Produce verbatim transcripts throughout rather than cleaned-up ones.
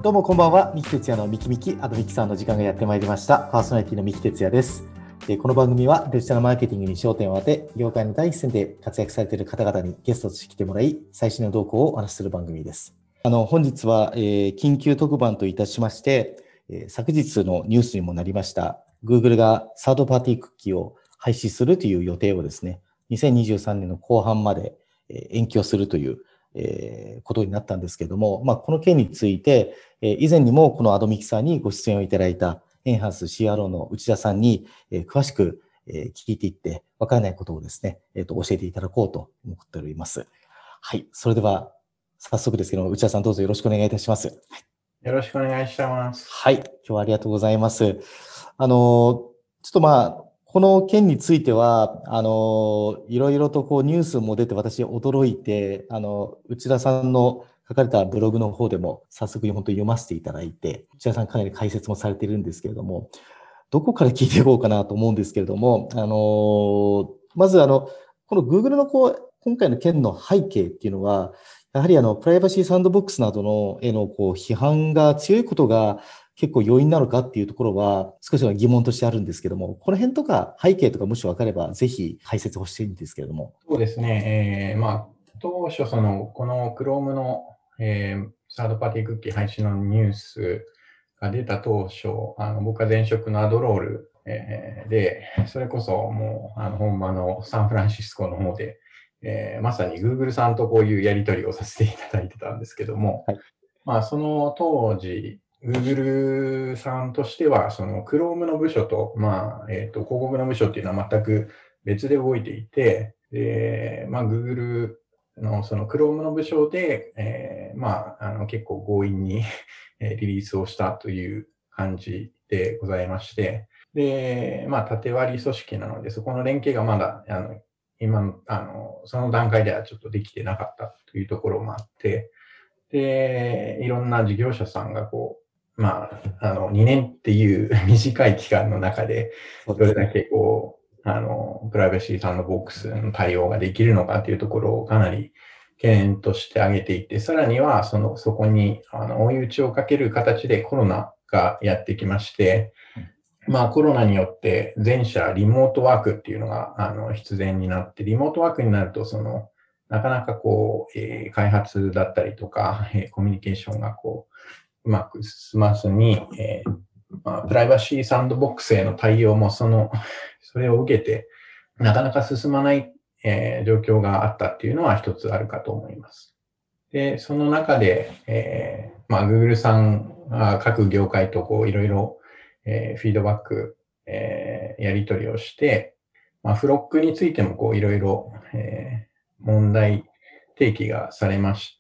どうもこんばんは。三木哲也のミキミキアドミキさんの時間がやってまいりました。パーソナリティの三木哲也です。この番組はデジタルマーケティングに焦点を当て、業界の第一線で活躍されている方々にゲストとして来てもらい、最新の動向をお話しする番組です。あの本日は、えー、緊急特番といたしまして、えー、昨日のニュースにもなりました Google がサードパーティークッキーを廃止するという予定をですね、にせんにじゅうさんねんの後半まで延期をするというえー、ことになったんですけれども、まあ、この件について、えー、以前にもこのアドミキさんにご出演をいただいたエンハンス シーアールオー の内田さんに、えー、詳しく、えー、聞いていって分からないことをですね、えーと、教えていただこうと思っております。はい。それでは早速ですけども、内田さんどうぞよろしくお願いいたします。 よろしくお願いします。 はい。今日はありがとうございます。あの、ちょっとまあ、この件については、あの、いろいろとこうニュースも出て私驚いて、あの、内田さんの書かれたブログの方でも早速本当に読ませていただいて、内田さんかなり解説もされているんですけれども、どこから聞いていこうかなと思うんですけれども、あの、まずあの、この Google のこう、今回の件の背景っていうのは、やはりあの、プライバシーサンドボックスなどのへのこう、批判が強いことが結構要因なのかっていうところは少しは疑問としてあるんですけども、この辺とか背景とかもし分かればぜひ解説をしていいんですけれども。 そうですね。えー、まあ、当初その、この Chrome の、えー、サードパーティークッキー廃止のニュースが出た当初、あの僕は前職のアドロール、えー、で、それこそもう、あの本場のサンフランシスコの方で、えー、まさに Google さんとこういうやり取りをさせていただいてたんですけども、はい、まあ、その当時、Google さんとしては、その Chrome の部署と、まあ、えっと、広告の部署っていうのは全く別で動いていて、で、まあ、Google のその Chrome の部署で、えー、まあ、あの、結構強引にリリースをしたという感じでございまして、で、まあ、縦割り組織なので、そこの連携がまだ、あの、今、あの、その段階ではちょっとできてなかったというところもあって、で、いろんな事業者さんがこう、まあ、あの、にねんっていう短い期間の中で、どれだけこう、あの、プライバシーサンドボックスの対応ができるのかっていうところをかなり懸念として挙げていて、さらには、その、そこに、あの、追い打ちをかける形でコロナがやってきまして、まあコロナによって全社リモートワークっていうのが、あの、必然になって、リモートワークになると、その、なかなかこう、えー、開発だったりとか、えー、コミュニケーションがこう、うまく進まずに、えーまあ、プライバシーサンドボックスへの対応もその、それを受けて、なかなか進まない、えー、状況があったっていうのは一つあるかと思います。で、その中で、えー、まあ、Google さんが各業界とこう、いろいろ、えー、フィードバック、えー、やり取りをして、まあ、フロックについてもこう、いろいろ、えー問題提起がされまして、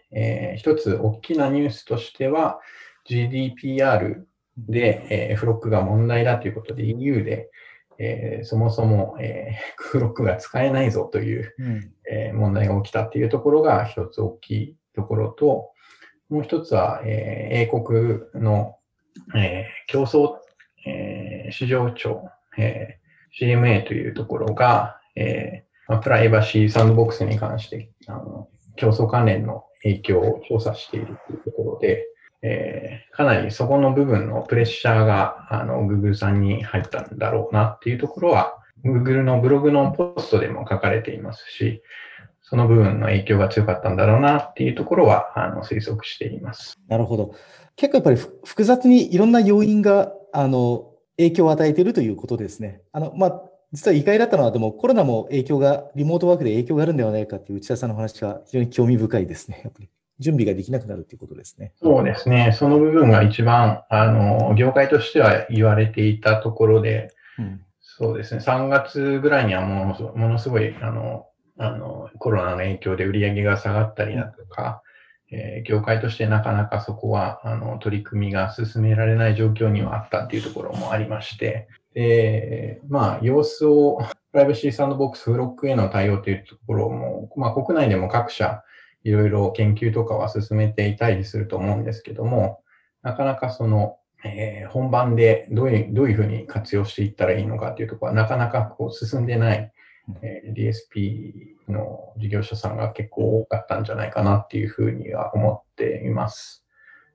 えー、一つ大きなニュースとしては ジーディーピーアール で、えー、フロックが問題だということで イーユー で、えー、そもそも、えー、フロックが使えないぞという、うんえー、問題が起きたというところが一つ大きいところと、もう一つは、えー、英国の、えー、競争、えー、市場庁、えー、シーエムエー というところが、えープライバシーサンドボックスに関して、あの、競争関連の影響を調査しているというところで、えー、かなりそこの部分のプレッシャーが、あの、Google さんに入ったんだろうなっていうところは、Google のブログのポストでも書かれていますし、その部分の影響が強かったんだろうなっていうところは、あの、推測しています。 なるほど。結構やっぱり複雑にいろんな要因が、あの、影響を与えているということですね。あの、まあ、実は意外だったのは、でもコロナも影響が、リモートワークで影響があるんではないかっていう内田さんの話が非常に興味深いですね。やっぱり準備ができなくなるということですね。 そうですね。その部分が一番、あの、業界としては言われていたところで、うん、そうですね。さんがつぐらいにはものものすごい、あの、あの、コロナの影響で売り上げが下がったりだとか、うんえー、業界としてなかなかそこは、あの、取り組みが進められない状況にはあったっていうところもありまして、で、まあ、様子を、プライバシーサンドボックスフロックへの対応というところも、まあ、国内でも各社、いろいろ研究とかは進めていたりすると思うんですけども、なかなかその、えー、本番でどういう、どういうふうに活用していったらいいのかというところはなかなかこう進んでない、えー、ディーエスピー の事業者さんが結構多かったんじゃないかなっていうふうには思っています。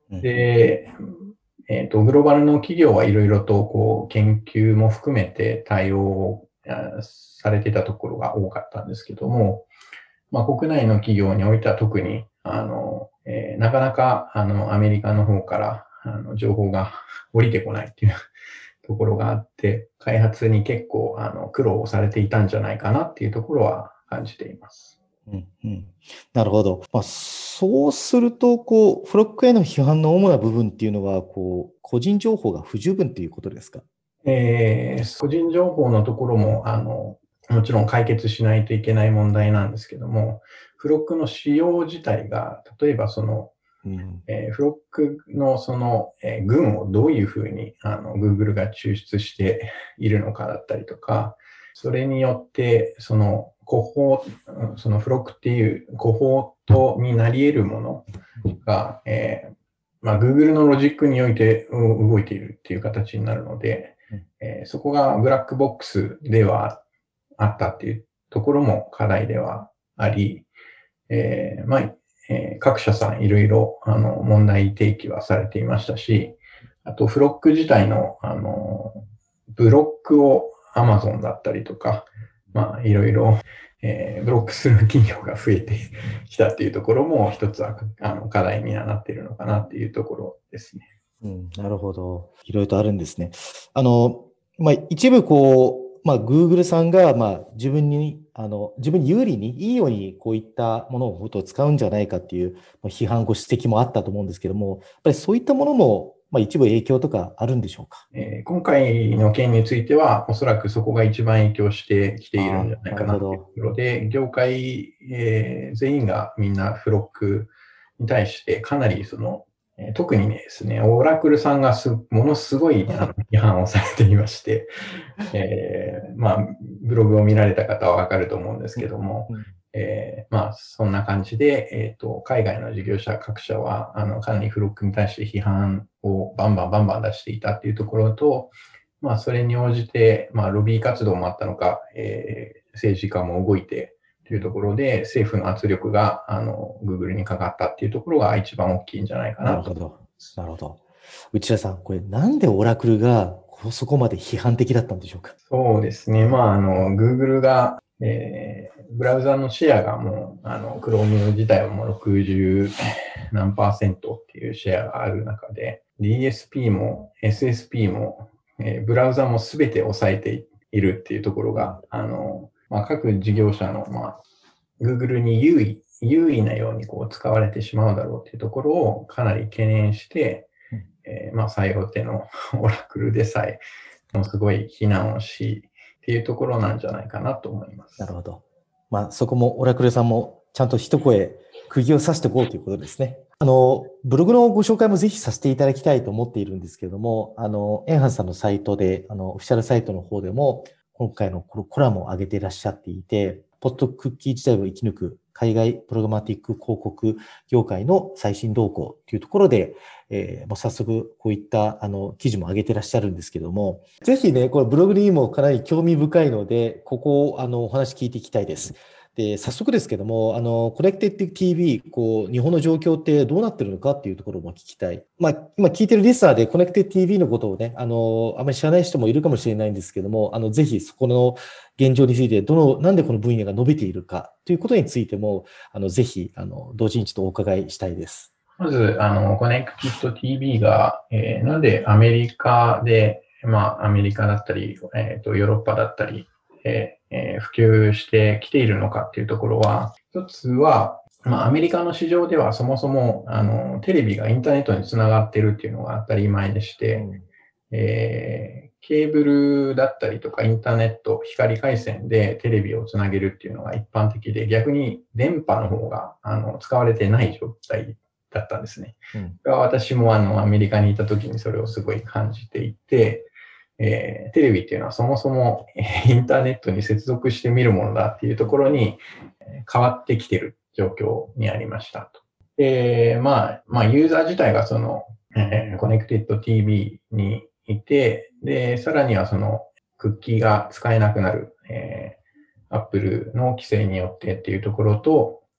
で、えっと、グローバルの企業はいろいろとこう研究も含めて対応をされていたところが多かったんですけども、まあ、国内の企業においては特に、あの、えーなかなか、あの、アメリカの方から、あの、情報が降りてこないっていうところがあって、開発に結構、あの、苦労をされていたんじゃないかなっていうところは感じています。 うんうん、なるほど。まあ、そうすると、こう、フロックへの批判の主な部分っていうのは、こう、個人情報が不十分っていうことですか？ えー個人情報のところも、あの、もちろん解決しないといけない問題なんですけども、フロックの仕様自体が、例えばその、 うんえーフロックのその、えー群をどういうふうにあの Google が抽出しているのかだったりとか、それによってその個法、そのフロックっていう個法とになり得るものが、えーまあ、Google のロジックにおいて動いているっていう形になるので、えーそこがブラックボックスではあったっていうところも課題ではあり、えーまあえー各社さんいろいろあの問題提起はされていましたし、あとフロック自体のあのブロックを Amazon だったりとか、まあいろいろ、えーブロックする企業が増えてきたっていうところも一つはあの課題にはなっているのかなっていうところですね。 うん、なるほど。いろいろとあるんですね。あの、まあ、一部こう、まあ、Google さんが、まあ、自分に、あの、自分に有利に、いいように、こういったものをことを使うんじゃないかっていう、まあ批判、ご指摘もあったと思うんですけども、やっぱりそういったものも、まあ、一部影響とかあるんでしょうか？ えー今回の件については、おそらくそこが一番影響してきているんじゃああ、なないかなというとるほど。 ころで、業界、えー全員がみんなフロックに対してかなりその、えー特にですね、オラクルさんがすものすごいあの批判をされていまして、えーまあ、ブログを見られた方はわかると思うんですけども、 うんえーまあ、そんな感じで、えっと、海外の事業者各社は、あの、かなりフロックに対して批判をバンバンバンバン出していたっていうところと、まあ、それに応じて、まあ、ロビー活動もあったのか、えー政治家も動いてというところで、政府の圧力が、あの、Google にかかったっていうところが一番大きいんじゃないかなと。 なるほど。なるほど。内田さん、これなんでオラクルがこそこまで批判的だったんでしょうか？ そうですね。まあ、あの、Google が、えーブラウザのシェアがもう、あの、Chrome 自体はもうろくじゅう何パーセントっていうシェアがある中で、ディーエスピー も エスエスピー も、えーブラウザもすべて抑えているっていうところが、あの、まあ、各事業者の、まあ、Google に優位、優位なようにこう使われてしまうだろうっていうところをかなり懸念して、えーまあ、最大手のオラクルでさえ、もうすごい非難をし、っていうところなんじゃないかなと思います。 なるほど。まあ、そこもオラクルさんもちゃんと一声釘を刺しておこうということですね。あの、ブログのご紹介もぜひさせていただきたいと思っているんですけれども、あの、エンハンさんのサイトで、あの、オフィシャルサイトの方でも、今回のこのコラムを上げていらっしゃっていて、ポッドクッキー時代を生き抜く海外プログマティック広告業界の最新動向というところで、えーもう早速こういったあの記事も上げてらっしゃるんですけども、ぜひね、これブログにもかなり興味深いので、ここをあのお話聞いていきたいです。で、早速ですけども、あの、コネクテッド ティーブイ、こう、日本の状況ってどうなってるのかっていうところも聞きたい。まあ、今聞いてるリスナーでコネクテッド ティーブイ のことをね、あの、あまり知らない人もいるかもしれないんですけども、あの、ぜひそこの現状について、どの、なんでこの分野が伸びているかということについても、あの、ぜひ、あの、同時にちょっとお伺いしたいです。 まず、あの、コネクティッド ティーブイ が、えーなんでアメリカで、まあ、アメリカだったり、えっと、ヨーロッパだったり、えーえー普及してきているのかっていうところは、一つは、まあ、アメリカの市場ではそもそも、あの、テレビがインターネットにつながっているっていうのが当たり前でして、 うんえーケーブルだったりとかインターネット、光回線でテレビをつなげるっていうのが一般的で、逆に電波の方があの使われてない状態だったんですね。 うん私もあのアメリカにいた時にそれをすごい感じていて、えーテレビっていうのはそもそもインターネットに接続して見るものだっていうところに変わってきている状況にありましたと。で、まあ、まあ、ユーザー自体がその、えー、コネクテッド ティーブイ にいて、で、さらにはそのクッキーが使えなくなる、えー、Apple の規制によってっていうところと、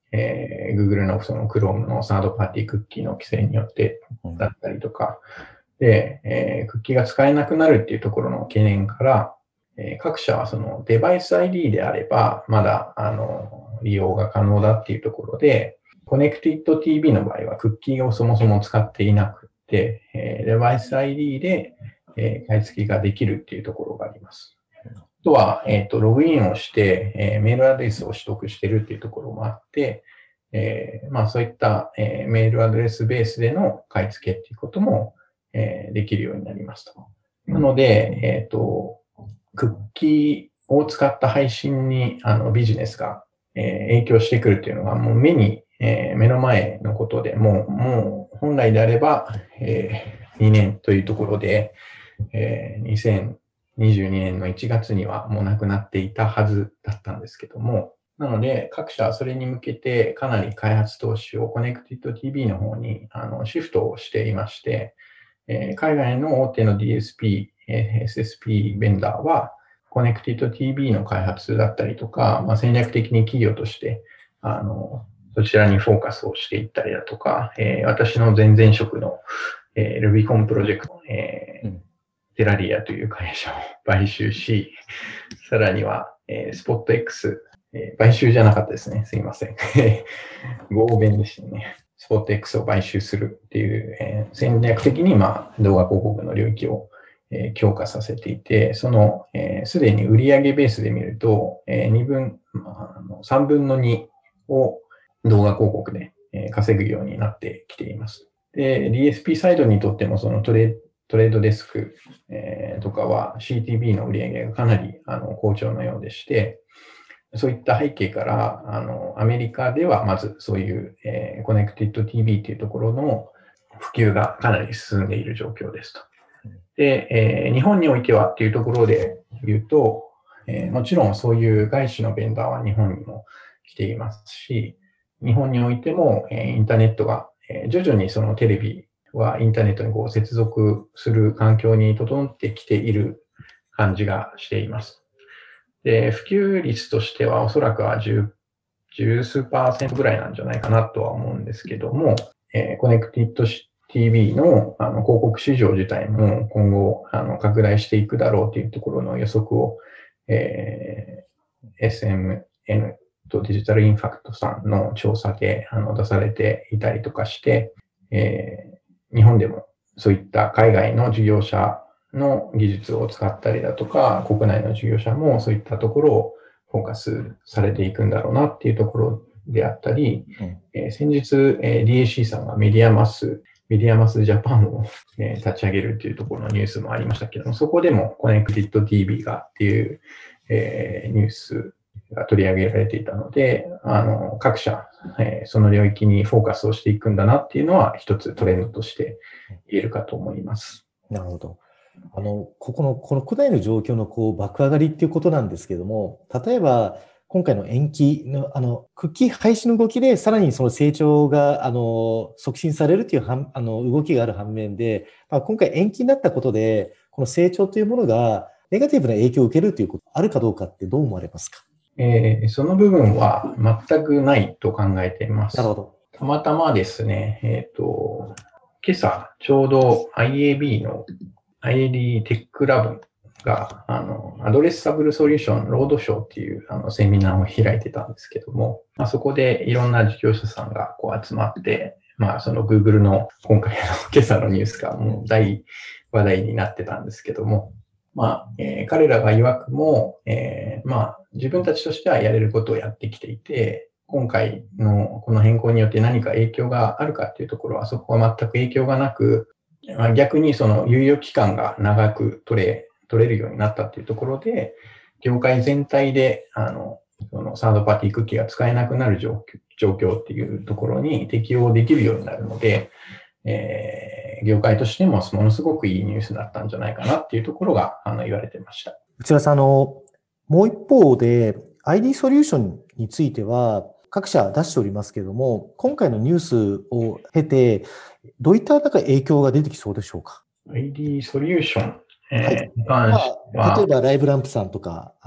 えー、Google のその Chrome のサードパーティークッキーの規制によってだったりとか、で、えー、クッキーが使えなくなるっていうところの懸念から、えー、各社はそのデバイス アイディー であれば、まだ、あの、利用が可能だっていうところで、Connected ティーブイ の場合はクッキーをそもそも使っていなくて、えー、デバイス アイディー で、えー、買い付けができるっていうところがあります。あとは、えっと、ログインをして、えー、メールアドレスを取得してるっていうところもあって、えー、まあそういった、えー、メールアドレスベースでの買い付けっていうことも、えー、できるようになりますと。なので、えっと、クッキーを使った配信にあのビジネスが、えー、影響してくるっていうのがもう目に、えー、目の前のことでもう、もう本来であれば、えー、にねんというところで、えー、にせんにじゅうにねんのいちがつにはもうなくなっていたはずだったんですけども、なので各社はそれに向けてかなり開発投資を Connected ティーブイ の方にあのシフトをしていまして、えー、海外の大手の ディーエスピー、えー、エスエスピー ベンダーは Connected ティーブイ の開発だったりとか、まあ、戦略的に企業としてあのそちらにフォーカスをしていったりだとか、えー、私の前々職の、えー、Rubycon プロジェクト、えーうんテラリアという会社を買収し、さらには、えー、スポット X、えー、買収じゃなかったですね。すいません。合弁でしたね。スポット X を買収するっていう、えー、戦略的に、まあ、動画広告の領域を、えー、強化させていて、その、えー、すでに売上ベースで見ると、えー、にぶん、まあ、あのさんぶんのにを動画広告で、えー、稼ぐようになってきています。で、ディーエスピー サイドにとってもそのトレトレードデスク、えー、とかは シーティービー の売り上げがかなりあの好調のようでして、そういった背景から、あのアメリカではまずそういう、えー、コネクティッド ティーブイ というところの普及がかなり進んでいる状況ですと。で、えー、日本においてはっていうところで言うと、えー、もちろんそういう外資のベンダーは日本にも来ていますし、日本においても、えー、インターネットが、えー、徐々にそのテレビはインターネットにこう接続する環境に整ってきている感じがしています。で、普及率としてはおそらくは十、十数パーセントぐらいなんじゃないかなとは思うんですけども、えー、コネクティッド ティーブイ の, あの広告市場自体も今後あの拡大していくだろうというところの予測を、えー、エスエムエヌ とデジタルインファクトさんの調査であの出されていたりとかして、えー日本でもそういった海外の事業者の技術を使ったりだとか、国内の事業者もそういったところをフォーカスされていくんだろうなっていうところであったり、うんえー、先日、えー、ディーエーシー さんがメディアマス、メディアマスジャパンを、えー、立ち上げるっていうところのニュースもありましたけども、そこでも Connected ティーブイ がっていう、えー、ニュースが取り上げられていたので、あの、各社、えー、その領域にフォーカスをしていくんだなっていうのは一つトレンドとして言えるかと思います。 なるほど。あの、ここの、この国内の状況のこう爆上がりっていうことなんですけども、例えば、今回の延期の、あの、クッキー廃止の動きで、さらにその成長が、あの、促進されるというはん、あの、動きがある反面で、まあ、今回延期になったことで、この成長というものが、ネガティブな影響を受けるということ、あるかどうかってどう思われますか？ えー、その部分は全くないと考えています。 なるほど。 たまたまですね、えっと、今朝、ちょうど アイエービー の アイエーディー テックラブが、あの、アドレスサブルソリューションロードショーっていうあのセミナーを開いてたんですけども、まあ、そこでいろんな事業者さんがこう集まって、まあ、その Google の今回の今朝のニュースがもう大話題になってたんですけども、まあ、えー、彼らが曰くも、えー、まあ、自分たちとしてはやれることをやってきていて、今回のこの変更によって何か影響があるかっていうところは、そこは全く影響がなく、まあ、逆にその猶予期間が長く取れ、取れるようになったっていうところで、業界全体で、あの、そのサードパーティークッキーが使えなくなる状況、状況っていうところに適用できるようになるので、えー、業界としてもものすごくいいニュースだったんじゃないかなっていうところがあの言われてました。 内田さん、あの、もう一方で アイディー ソリューションについては各社出しておりますけれども、今回のニュースを経て、どういったなんか影響が出てきそうでしょうか？ アイディー ソリューション、 はい。 えー、に関しては、 例えばライブランプさんとか、あの、はい、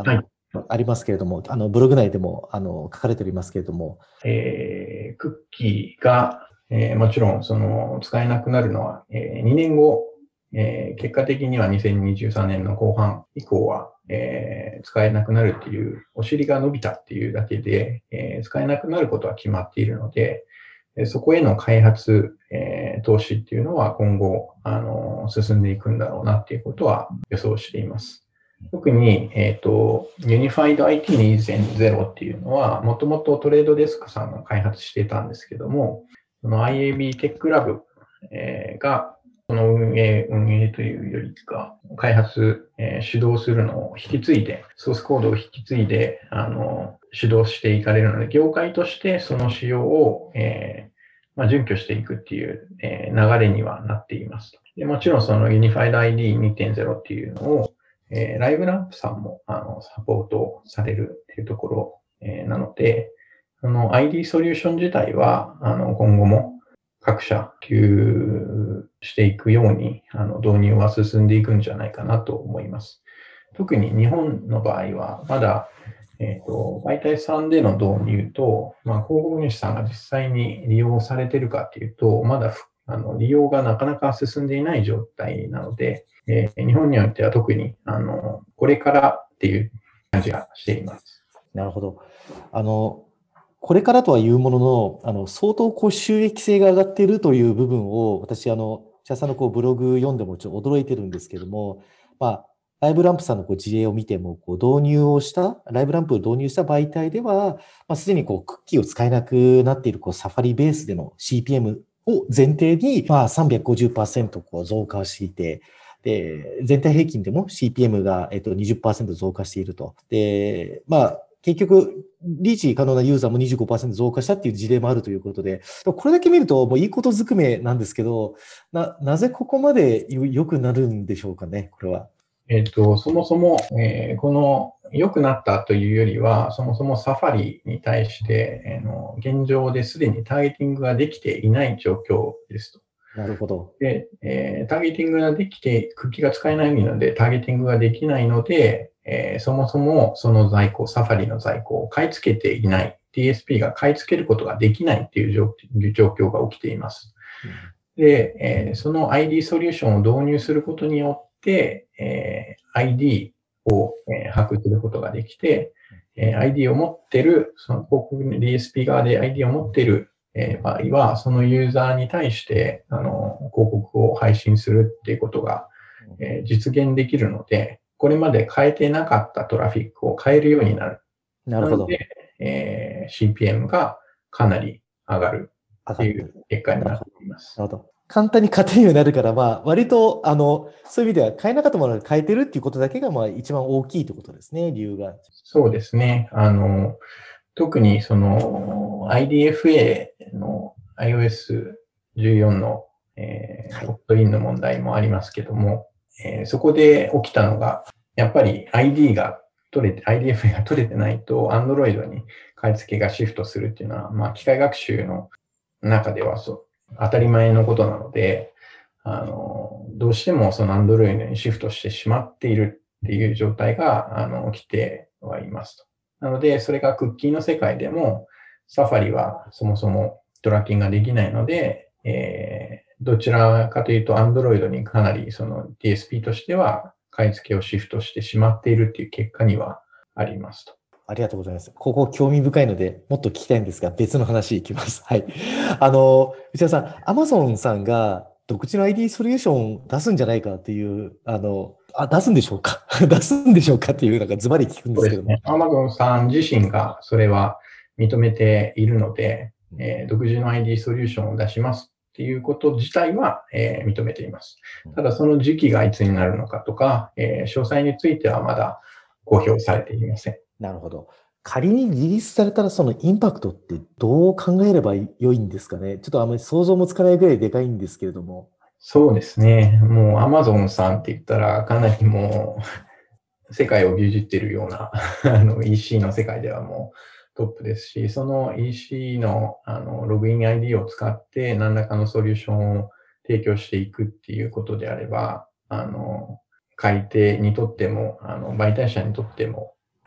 ありますけれども、あのブログ内でもあの書かれておりますけれども。 えー、クッキーが、えー、もちろんその使えなくなるのは、えー、にねんご、えー、結果的にはにせんにじゅうさんねんの後半以降は、えー、使えなくなるっていう、お尻が伸びたっていうだけで、えー、使えなくなることは決まっているので、そこへの開発、えー、投資っていうのは今後、あの、進んでいくんだろうなっていうことは予想しています。特に、えっと、Unified アイティー にせんっていうのは、もともとトレードデスクさんが開発していたんですけども、その アイエービー テックラブ、えー、が、その運営、運営というよりか、開発、えー、主導するのを引き継いで、ソースコードを引き継いで、あの、主導していかれるので、業界としてその仕様を、えーまあ、準拠していくっていう、えー、流れにはなっています。でもちろんその Unified アイディー にてんゼロ っていうのを、えー、ライブランプさんもあのサポートされるっていうところ、えー、なので、その アイディー ソリューション自体はあの今後も各社普及していくようにあの導入は進んでいくんじゃないかなと思います。特に日本の場合はまだえっと、媒体さんでの導入と、まあ、広告主さんが実際に利用されているかっていうと、まだあの利用がなかなか進んでいない状態なので、えー、日本においては特にあのこれからっていう感じがしています。 なるほど。あのこれからとはいうものの、あの相当こう収益性が上がっているという部分を、私、あの茶さんのこうブログ読んでもちょっと驚いてるんですけども、まあ、ライブランプさんのこう事例を見ても、こう導入をした、ライブランプを導入した媒体では、まあ、すでにこうクッキーを使えなくなっているこうサファリベースでの シーピーエム を前提に、まあ、さんびゃくごじゅっパーセントこう増加していて、で、全体平均でも シーピーエム が、えっと、にじゅっパーセント増加していると。で、まあ、結局、リーチ可能なユーザーも にじゅうごパーセント 増加したっていう事例もあるということで、これだけ見るともういいことずくめなんですけど、な、なぜここまで良くなるんでしょうかね、これは。 えっと、そもそも、えー、この良くなったというよりは、そもそもサファリに対して、えー、の現状ですでにターゲティングができていない状況ですと。 なるほど。 で、えー、ターゲティングができて、クッキーが使えないので、ターゲティングができないので、えー、そもそもその在庫、サファリの在庫を買い付けていない、ティーエスピー が買い付けることができないっていう状況が起きています。うん、で、えー、その アイディー ソリューションを導入することによって、えー、アイディー を、えー、把握することができて、えー、アイディー を持ってる、その広告の ディーエスピー 側で アイディー を持っているえー、場合は、そのユーザーに対して、あの、広告を配信するっていうことが、えー、実現できるので、これまで変えてなかったトラフィックを変えるようになる。 なるほど。 なので、えー、シーピーエム がかなり上がるっていう結果になっています。 なるほど。簡単に勝てるようになるから、まあ、割と、あの、そういう意味では変えなかったものを変えてるっていうことだけが、まあ、一番大きいということですね、理由が。 そうですね。あの、特にその アイディーエフエー の アイオーエスじゅうよん の、えー、オプトインの問題もありますけども、えー、そこで起きたのが、やっぱり アイディー が取れて、アイディーエフエー が取れてないと Android に買い付けがシフトするっていうのは、まあ、機械学習の中ではそう当たり前のことなので、あの、どうしてもその Android にシフトしてしまっているっていう状態が、あの、起きてはいますと。なので、それがクッキーの世界でも、サファリはそもそもトラッキングができないので、えー、どちらかというと Android にかなりその ディーエスピー としては買い付けをシフトしてしまっているっていう結果にはありますと。 ありがとうございます。ここ興味深いので、もっと聞きたいんですが、別の話いきます。はい。あの、内田さん、Amazon さんが独自の アイディー ソリューションを出すんじゃないかっていう、あの、あ、出すんでしょうか出すんでしょうかっていう、なんかズバリ聞くんですけども。 そうですね。Amazon さん自身がそれは認めているので、えー、独自の アイディー ソリューションを出しますっていうこと自体は、えー、認めています。ただその時期がいつになるのかとか、えー、詳細についてはまだ公表されていません。 なるほど。仮にリリースされたらそのインパクトってどう考えれば良いんですかね。ちょっとあまり想像もつかないぐらいでかいんですけれども。 そうですね。もう Amazon さんって言ったらかなりもう世界を牛耳っているようなあの イーシー の世界ではもうトップですし、その イーシー のあのログイン アイディー を使って何らかのソリューションを提供していくっていうことであれば、あの、買い手にとっても、あの、媒体者にとっても、あの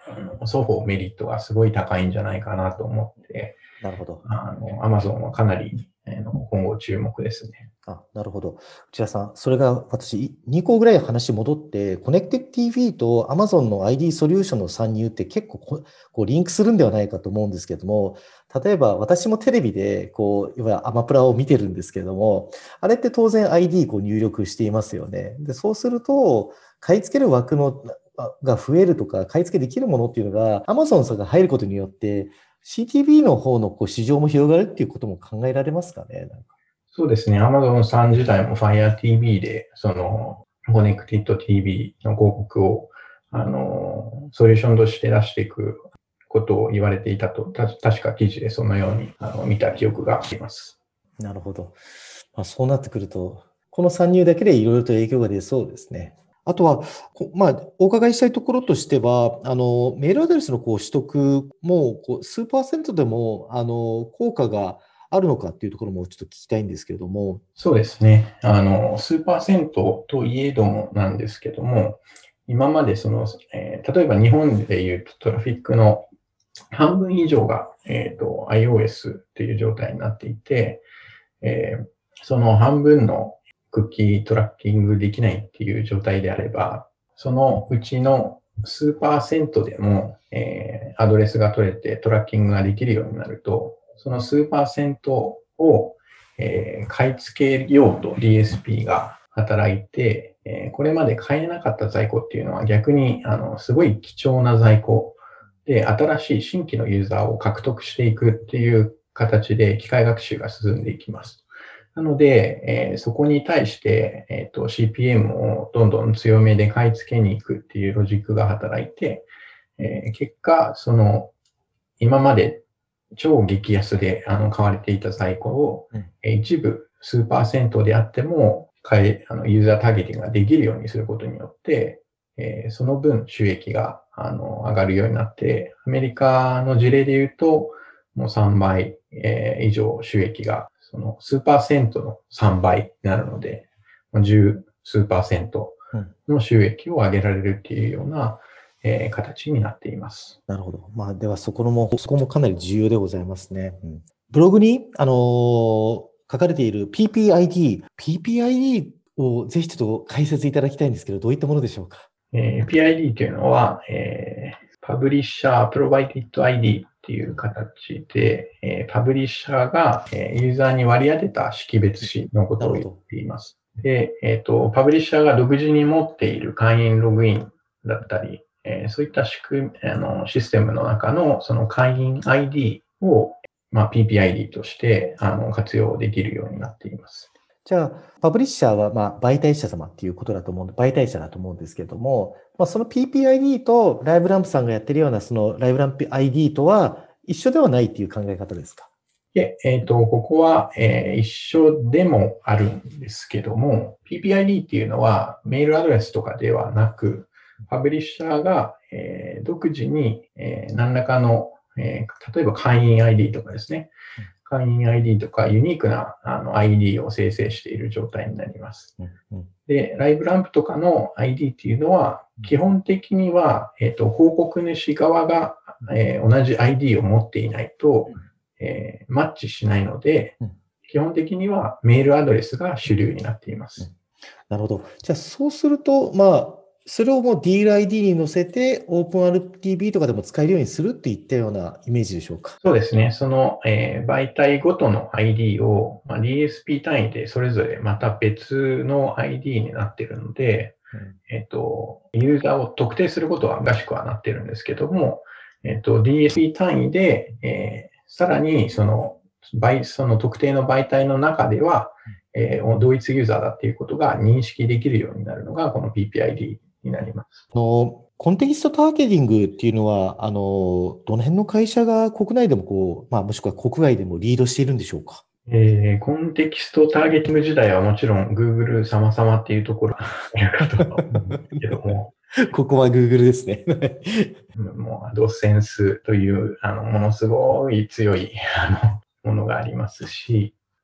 双方メリットがすごい高いんじゃないかなと思って、 なるほど。 あの、Amazon はかなり、えー今後注目ですね。 あ、なるほど。内田さん、それが私、にこぐらい話戻って、コネクティブ ティーブイ と Amazon の アイディー ソリューションの参入って結構ここうリンクするんではないかと思うんですけども、例えば私もテレビで、こう、いわゆるアマプラを見てるんですけれども、あれって当然 アイディー こう入力していますよね。で、そうすると、買い付ける枠のが増えるとか、買い付けできるものっていうのが Amazon さんが入ることによって、シーティービー の方のこう市場も広がるっていうことも考えられますかね。なんかそうですね。Amazon さん自体も Fire ティーブイ で、その、コネクティッド ティーブイ の広告を、あの、ソリューションとして出していくことを言われていたと、た確か記事でそのようにあの見た記憶があります。 なるほど。まあ、そうなってくると、この参入だけでいろいろと影響が出そうですね。あとは、こまあ、お伺いしたいところとしては、あの、メールアドレスのこう取得も、こう数パーセントでも、あの、効果があるのかっていうところもちょっと聞きたいんですけれども。 そうですね。あの、数パーセントといえどもなんですけども、今までその、えー例えば日本でいうとトラフィックの半分以上が、えっと、iOS っていう状態になっていて、えーその半分のクッキートラッキングできないっていう状態であれば、そのうちの数パーセントでも、えーアドレスが取れてトラッキングができるようになると、その数パーセントを、えー買い付けようと ディーエスピー が働いて、えーこれまで買えなかった在庫っていうのは逆にあのすごい貴重な在庫で、新しい新規のユーザーを獲得していくっていう形で機械学習が進んでいきます。なので、えーそこに対して、えっと、シーピーエム をどんどん強めで買い付けに行くっていうロジックが働いて、えー結果、その、今まで超激安であの買われていた在庫を、 うんえー一部数パーセントであっても買え、あのユーザーターゲティングができるようにすることによって、えーその分収益があの上がるようになって、アメリカの事例で言うと、もうさんばい、えー以上収益がその数パーセントのさんばいになるので、十数パーセントの収益を上げられるっていうような、えー形になっています。 なるほど。まあ、ではそこのも、そこもかなり重要でございますね。うん、ブログに、あのー書かれている ピーピーアイディー、ピーピーアイディー をぜひちょっと解説いただきたいんですけど、どういったものでしょうか。 えー、ピーアイディー というのは、えー、Publisher Provided アイディー っていう形で、えー、パブリッシャーが、えーユーザーに割り当てた識別子のことを言っています。で、えっと、パブリッシャーが独自に持っている会員ログインだったり、えーそういった仕組み、あの、システムの中のその会員 アイディー を、まあ、ピーピーアイディー としてあの活用できるようになっています。 じゃあ、パブリッシャーは、まあ、媒体者様っていうことだと思うんで、媒体者だと思うんですけれども、まあ、その ピーピーアイディー とライブランプさんがやってるような、そのライブランプ アイディー とは一緒ではないっていう考え方ですか？ で、えっと、ここは、えー一緒でもあるんですけども、ピーピーアイディー っていうのはメールアドレスとかではなく、パブリッシャーが、えー独自に、えー何らかの、えー例えば会員 アイディー とかですね、会員 アイディー とかユニークなあの アイディー を生成している状態になります。 うんうんで、ライブランプとかの アイディー っていうのは、基本的には、えっと、広告主側が、えー同じ アイディー を持っていないと、えーマッチしないのでうん、 基本的にはメールアドレスが主流になっています。 なるほど。じゃあ、そうすると、まあ、それをもう ディーエルアイディー に載せて、オープン アールティービー とかでも使えるようにするっていったようなイメージでしょうか。 そうですね。その、えー媒体ごとの アイディー を、まあ、ディーエスピー 単位でそれぞれまた別の アイディー になっているので、 うんえっと、ユーザーを特定することは難しくはなっているんですけども、えっと、ディーエスピー 単位で、えーさらにその、媒その特定の媒体の中では、えー同一ユーザーだっていうことが認識できるようになるのが、この ピーピーアイディー になります。 あのコンテキストターゲティングっていうのは、あの、どの辺の会社が国内でもこう、まあ、もしくは国外でもリードしているんでしょうか。 えーコンテキストターゲティング時代はもちろん Google 様々っていうところがあるかと思うんですけども、 ここは Google ですね。 もう AdSense というあのものすごい強いあのものがありますし、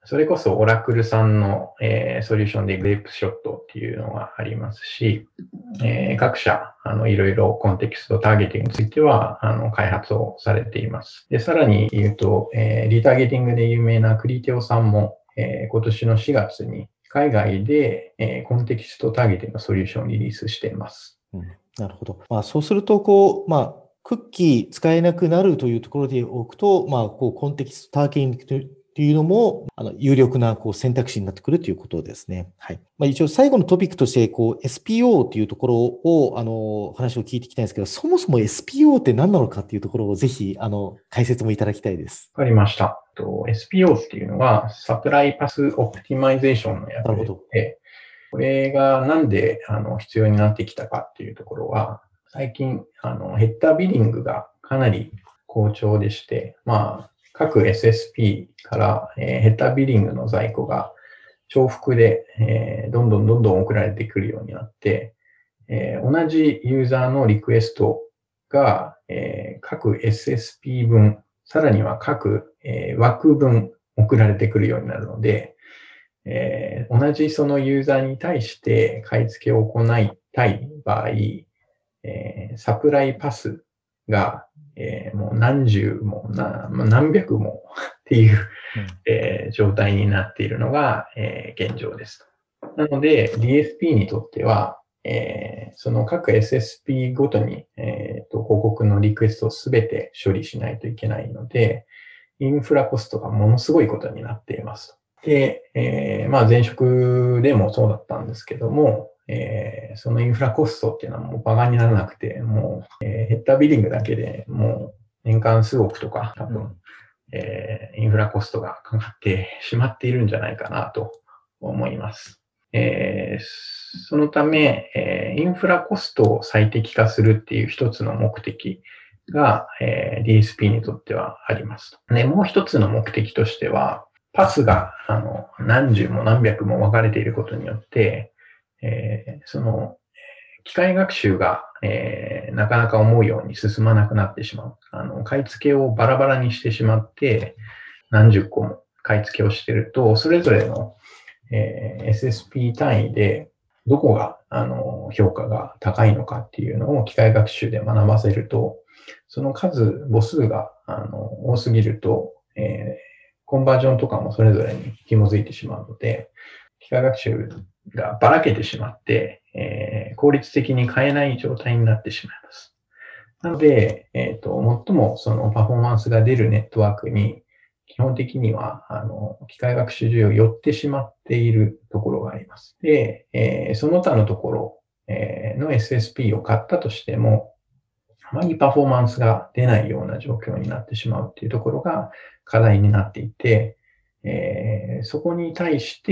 それこそオラクルさんの、えー、ソリューションでグレープショットっていうのがありますし、えー、各社、あの、いろいろコンテキストターゲティングについては、あの、開発をされています。で、さらに言うと、えー、リターゲティングで有名なクリテオさんも、えー、今年のしがつに海外で、えー、コンテキストターゲティングのソリューションをリリースしています。 うん、なるほど。まあ、そうすると、こう、まあ、クッキー使えなくなるというところでおくと、まあ、こう、コンテキストターゲティングというのも、あの、有力なこう選択肢になってくるということですね。はい。まあ、一応最後のトピックとして、こう、エスピーオー というところを、あの、話を聞いていきたいんですけど、そもそも エスピーオー って何なのかっていうところをぜひ、あの、解説もいただきたいです。 わかりました。エスピーオー っていうのは、サプライパスオプティマイゼーションの役割で、これがなんであの必要になってきたかっていうところは、最近、あの、ヘッダービリングがかなり好調でして、まあ、各 エスエスピー から、えー、ヘッダービリングの在庫が重複で、えー、どんどんどんどん送られてくるようになって、えー、同じユーザーのリクエストが、えー、各 エスエスピー 分、さらには各、えー、枠分送られてくるようになるので、えー、同じそのユーザーに対して買い付けを行いたい場合、えー、サプライパスが、えー、もう何十もな何百もっていう、うんえー、状態になっているのが、えー、現状です。なので ディーエスピー にとっては、えー、その各 エスエスピー ごとに、えーと、広告のリクエストをすべて処理しないといけないので、インフラコストがものすごいことになっています。で、えー、まあ前職でもそうだったんですけども、えー、そのインフラコストっていうのはもうバカにならなくて、もう、えー、ヘッダービリングだけでもう年間数億とか多分、うんえー、インフラコストがかかってしまっているんじゃないかなと思います。えー、そのため、えー、インフラコストを最適化するっていう一つの目的が、えー、ディーエスピー にとってはあります。で、もう一つの目的としては、パスがあの何十も何百も分かれていることによって、えー、その機械学習が、えー、なかなか思うように進まなくなってしまう。あの買い付けをバラバラにしてしまって、何十個も買い付けをしていると、それぞれの、えー、エスエスピー 単位でどこがあの評価が高いのかっていうのを機械学習で学ばせると、その数、母数があの多すぎると、えーコンバージョンとかもそれぞれに紐づいてしまうので、機械学習がばらけてしまって、えー、効率的に変えない状態になってしまいます。なので、えっと、最もそのパフォーマンスが出るネットワークに、基本的には、あの、機械学習上寄ってしまっているところがあります。で、えー、その他のところ、えー、の エスエスピー を買ったとしても、あまりパフォーマンスが出ないような状況になってしまうっていうところが課題になっていて、えー、そこに対して、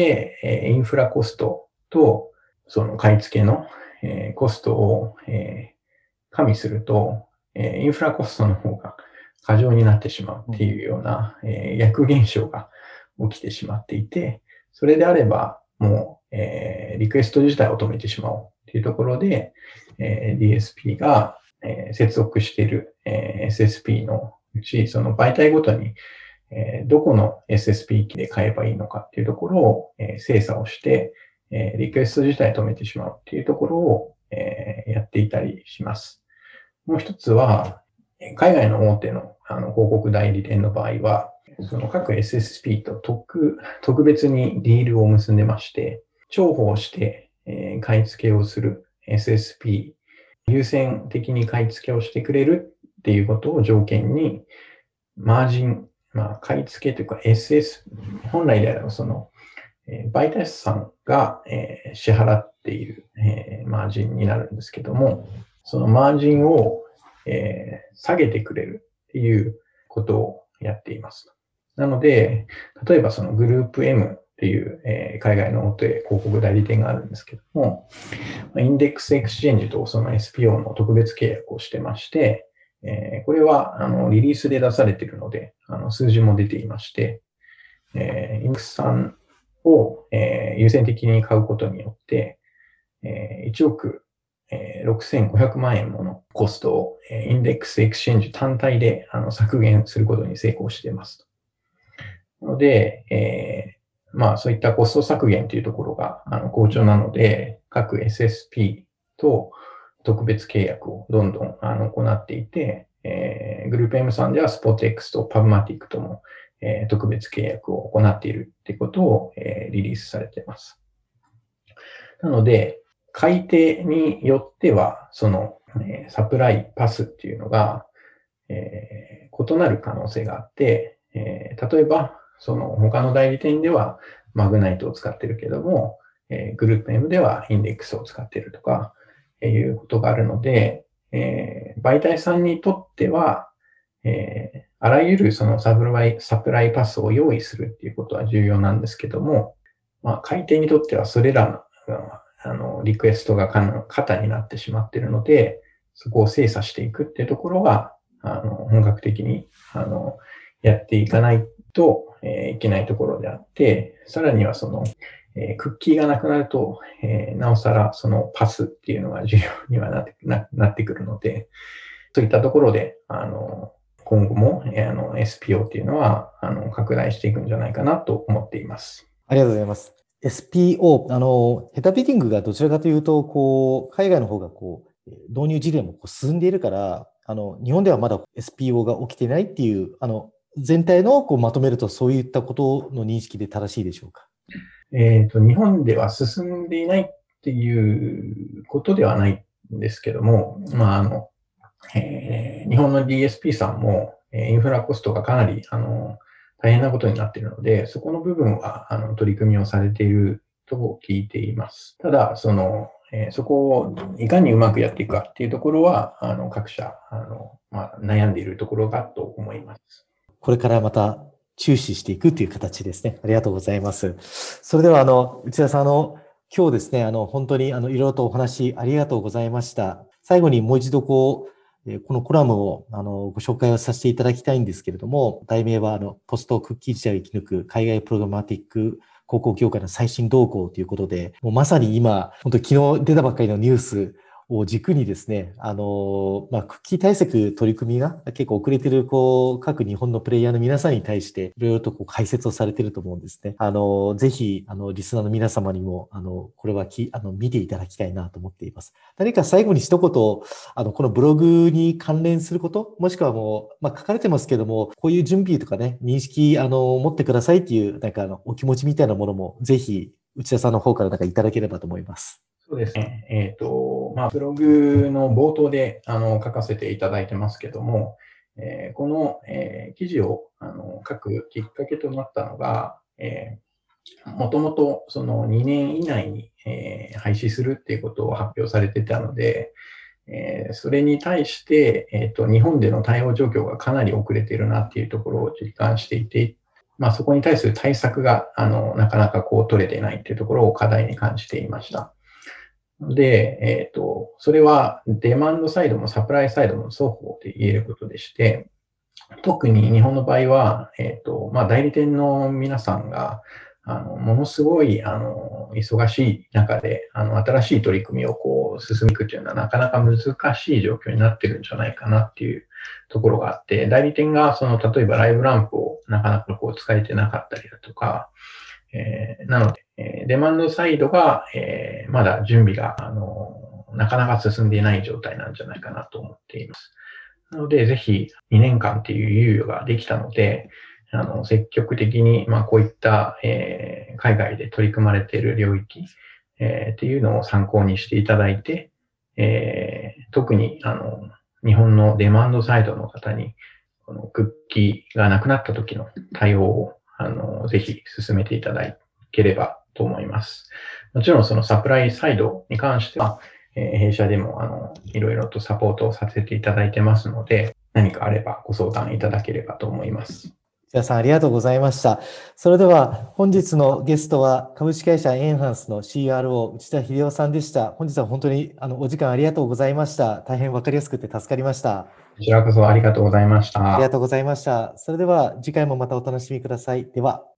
えー、インフラコストとその買い付けの、えー、コストを、えー、加味すると、えー、インフラコストの方が過剰になってしまうっていうような、えー、逆現象が起きてしまっていて、それであればもう、えー、リクエスト自体を止めてしまおうっていうところで、えー、ディーエスピー がえー、接続している、えー、エスエスピー のうち、その媒体ごとに、えー、どこの エスエスピー 機で買えばいいのかっていうところを、えー、精査をして、えー、リクエスト自体止めてしまうっていうところを、えー、やっていたりします。もう一つは、海外の大手の、あの広告代理店の場合は、その各 エスエスピー と特特別にディールを結んでまして、重宝して、えー、買い付けをする エスエスピー、優先的に買い付けをしてくれるっていうことを条件に、マージン、まあ、買い付けというか エスエス、本来であればその、えー、媒体さんが、えー、支払っている、えー、マージンになるんですけども、そのマージンを、えー、下げてくれるっていうことをやっています。なので、例えばそのグループ M っていう、えー、海外の大手広告代理店があるんですけども、インデックスエクスチェンジとその エスピーオー の特別契約をしてまして、えー、これはあのリリースで出されているので、あの数字も出ていまして、えー、インデックスさんを、えー、優先的に買うことによって、えー、いちおく、えー、ろくせんごひゃくまんえんものコストを、えー、インデックスエクスチェンジ単体であの削減することに成功しています。なので、えまあそういったコスト削減というところがあの好調なので、各 エスエスピー と特別契約をどんどんあの行っていて、えー、グループ M さんでは SpotX と PubMatic とも、えー、特別契約を行っているということを、えー、リリースされています。なので、買い手によっては、その、えー、サプライパスっていうのが、えー、異なる可能性があって、えー、例えば、その他の代理店ではマグナイトを使ってるけども、えー、グループ M ではインデックスを使っているとか、えー、いうことがあるので、えー、媒体さんにとっては、えー、あらゆるそのサプライ、サプライパスを用意するっていうことは重要なんですけども、まあ、買い手にとってはそれらの、あの、リクエストが肩になってしまっているので、そこを精査していくっていうところが、あの、本格的に、あの、やっていかないと、えー、いけないところであって、さらにはその、えー、クッキーがなくなると、えー、なおさらそのパスっていうのが重要にはなって、な、なってくるので、そういったところで、あの、今後も、えー、あの、エスピーオー っていうのは、あの、拡大していくんじゃないかなと思っています。 ありがとうございます。エスピーオー、あの、ヘタビティングがどちらかというと、こう、海外の方がこう、導入事例もこう進んでいるから、あの、日本ではまだ エスピーオー が起きてないっていう、あの、全体のこうまとめるとそういったことの認識で正しいでしょうか。 えっと、日本では進んでいないっていうことではないんですけども、まあ、あの、えー、日本の ディーエスピー さんも、インフラコストがかなり、あの、大変なことになっているので、そこの部分は、あの、取り組みをされていると聞いています。ただ、その、えー、そこをいかにうまくやっていくかっていうところは、あの、各社、あの、まあ、悩んでいるところだと思います。 これからまた注視していくという形ですね。ありがとうございます。それでは、あの、内田さん、あの、今日ですね、あの、本当に、あの、いろいろとお話ありがとうございました。最後にもう一度、こう、このコラムを、あの、ご紹介をさせていただきたいんですけれども、題名は、あの、ポストクッキー時代を生き抜く海外プログラマティック広告業界の最新動向ということで、もうまさに今、本当昨日出たばっかりのニュースを軸にですね、あの、まあ、クッキー対策取り組みが結構遅れている、こう、各日本のプレイヤーの皆さんに対して、いろいろとこう解説をされていると思うんですね。あの、ぜひ、あの、リスナーの皆様にも、あの、これはき、あの、見ていただきたいなと思っています。何か最後に一言、あの、このブログに関連すること、もしくはもう、まあ、書かれてますけども、こういう準備とかね、認識、あの、持ってくださいっていう、なんか、あの、お気持ちみたいなものも、ぜひ、内田さんの方からなんかいただければと思います。 そうですね。えっと、まあ、ブログの冒頭で、あの、書かせていただいてますけども、えー、この、えー、記事を、あの、書くきっかけとなったのが、えー、もともと、そのにねん以内に、えー、廃止するっていうことを発表されてたので、えー、それに対して、えっと、日本での対応状況がかなり遅れているなっていうところを実感していて、まあ、そこに対する対策が、あの、なかなかこう取れていないっていうところを課題に感じていました。で、えっと、それはデマンドサイドもサプライサイドも双方で言えることでして、特に日本の場合は、えっと、まあ、代理店の皆さんが、あの、ものすごい、あの、忙しい中で、あの、新しい取り組みをこう、進めていくというのはなかなか難しい状況になってるんじゃないかなっていうところがあって、代理店が、その、例えばライブランプをなかなかこう、使えてなかったりだとか、えー、なので、えー、デマンドサイドが、えー、まだ準備が、あの、なかなか進んでいない状態なんじゃないかなと思っています。なので、ぜひにねんかんっていう猶予ができたので、あの、積極的に、まあ、こういった、えー、海外で取り組まれている領域、えー、っていうのを参考にしていただいて、えー、特に、あの、日本のデマンドサイドの方に、このクッキーがなくなった時の対応を、あの、ぜひ進めていただければと思います。もちろんそのサプライサイドに関しては、えー、弊社でも、あの、いろいろとサポートをさせていただいてますので、何かあればご相談いただければと思います。 内田さん、ありがとうございました。それでは、本日のゲストは、株式会社エンハンスの シーアールオー、内田秀夫さんでした。本日は本当に、あの、お時間ありがとうございました。大変わかりやすくて助かりました。 こちらこそありがとうございました。 ありがとうございました。それでは、次回もまたお楽しみください。では。